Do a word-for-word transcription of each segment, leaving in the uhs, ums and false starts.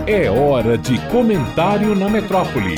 É hora de comentário na Metrópole.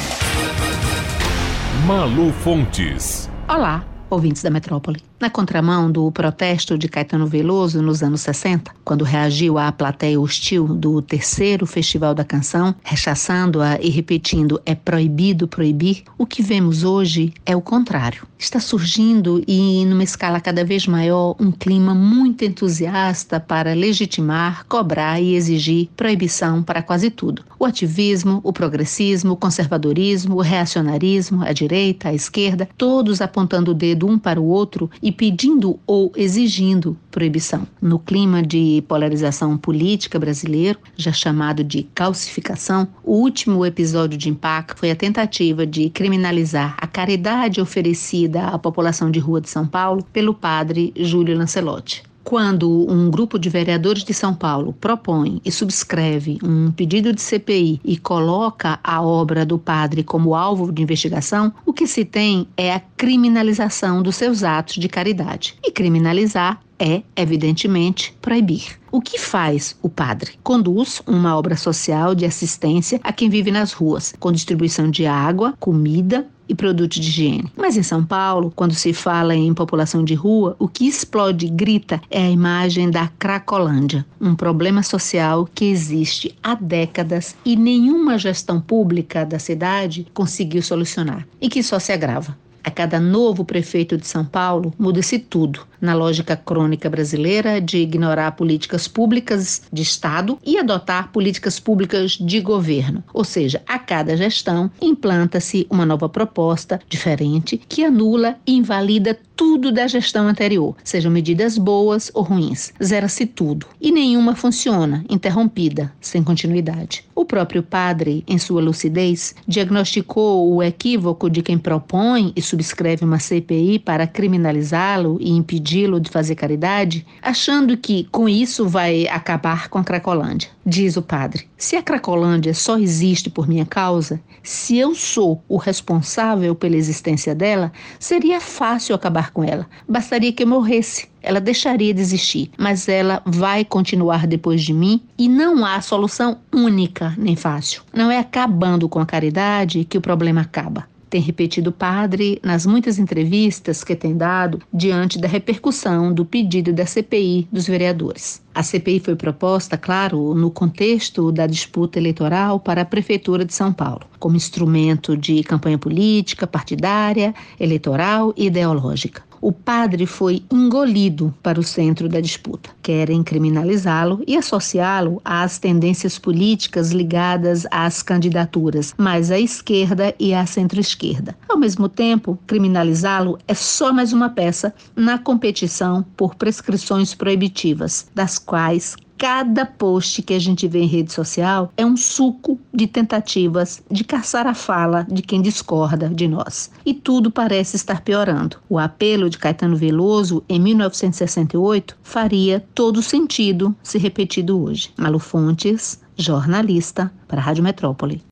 Malu Fontes. Olá, ouvintes da Metrópole. Na contramão do protesto de Caetano Veloso nos anos sessenta, quando reagiu à plateia hostil do terceiro Festival da Canção, rechaçando-a e repetindo "é proibido proibir", o que vemos hoje é o contrário. Está surgindo, e numa escala cada vez maior, um clima muito entusiasta para legitimar, cobrar e exigir proibição para quase tudo. O ativismo, o progressismo, o conservadorismo, o reacionarismo, a direita, a esquerda, todos apontando o dedo um para o outro e pedindo ou exigindo proibição. No clima de polarização política brasileiro, já chamado de calcificação, o último episódio de impacto foi a tentativa de criminalizar a caridade oferecida à população de rua de São Paulo pelo padre Júlio Lancelotti. Quando um grupo de vereadores de São Paulo propõe e subscreve um pedido de C P I e coloca a obra do padre como alvo de investigação, o que se tem é a criminalização dos seus atos de caridade. E criminalizar é, evidentemente, proibir. O que faz o padre? Conduz uma obra social de assistência a quem vive nas ruas, com distribuição de água, comida e produtos de higiene. Mas em São Paulo, quando se fala em população de rua, o que explode e grita é a imagem da Cracolândia, um problema social que existe há décadas e nenhuma gestão pública da cidade conseguiu solucionar, e que só se agrava. A cada novo prefeito de São Paulo, muda-se tudo, na lógica crônica brasileira de ignorar políticas públicas de Estado e adotar políticas públicas de governo. Ou seja, a cada gestão implanta-se uma nova proposta diferente que anula e invalida tudo da gestão anterior, sejam medidas boas ou ruins. Zera-se tudo e nenhuma funciona, interrompida, sem continuidade. O próprio padre, em sua lucidez, diagnosticou o equívoco de quem propõe e subscreve uma C P I para criminalizá-lo e impedi-lo de fazer caridade, achando que com isso vai acabar com a Cracolândia. Diz o padre: se a Cracolândia só existe por minha causa, se eu sou o responsável pela existência dela, seria fácil acabar com ela. Bastaria que eu morresse. Ela deixaria de existir, mas ela vai continuar depois de mim e não há solução única nem fácil. Não é acabando com a caridade que o problema acaba. Tem repetido o padre nas muitas entrevistas que tem dado diante da repercussão do pedido da C P I dos vereadores. A C P I foi proposta, claro, no contexto da disputa eleitoral para a Prefeitura de São Paulo, como instrumento de campanha política, partidária, eleitoral e ideológica. O padre foi engolido para o centro da disputa. Querem criminalizá-lo e associá-lo às tendências políticas ligadas às candidaturas mais à esquerda e à centro-esquerda. Ao mesmo tempo, criminalizá-lo é só mais uma peça na competição por prescrições proibitivas, das quais cada post que a gente vê em rede social é um suco de tentativas de caçar a fala de quem discorda de nós. E tudo parece estar piorando. O apelo de Caetano Veloso, em mil novecentos e sessenta e oito, faria todo sentido se repetido hoje. Malu Fontes, jornalista, para a Rádio Metrópole.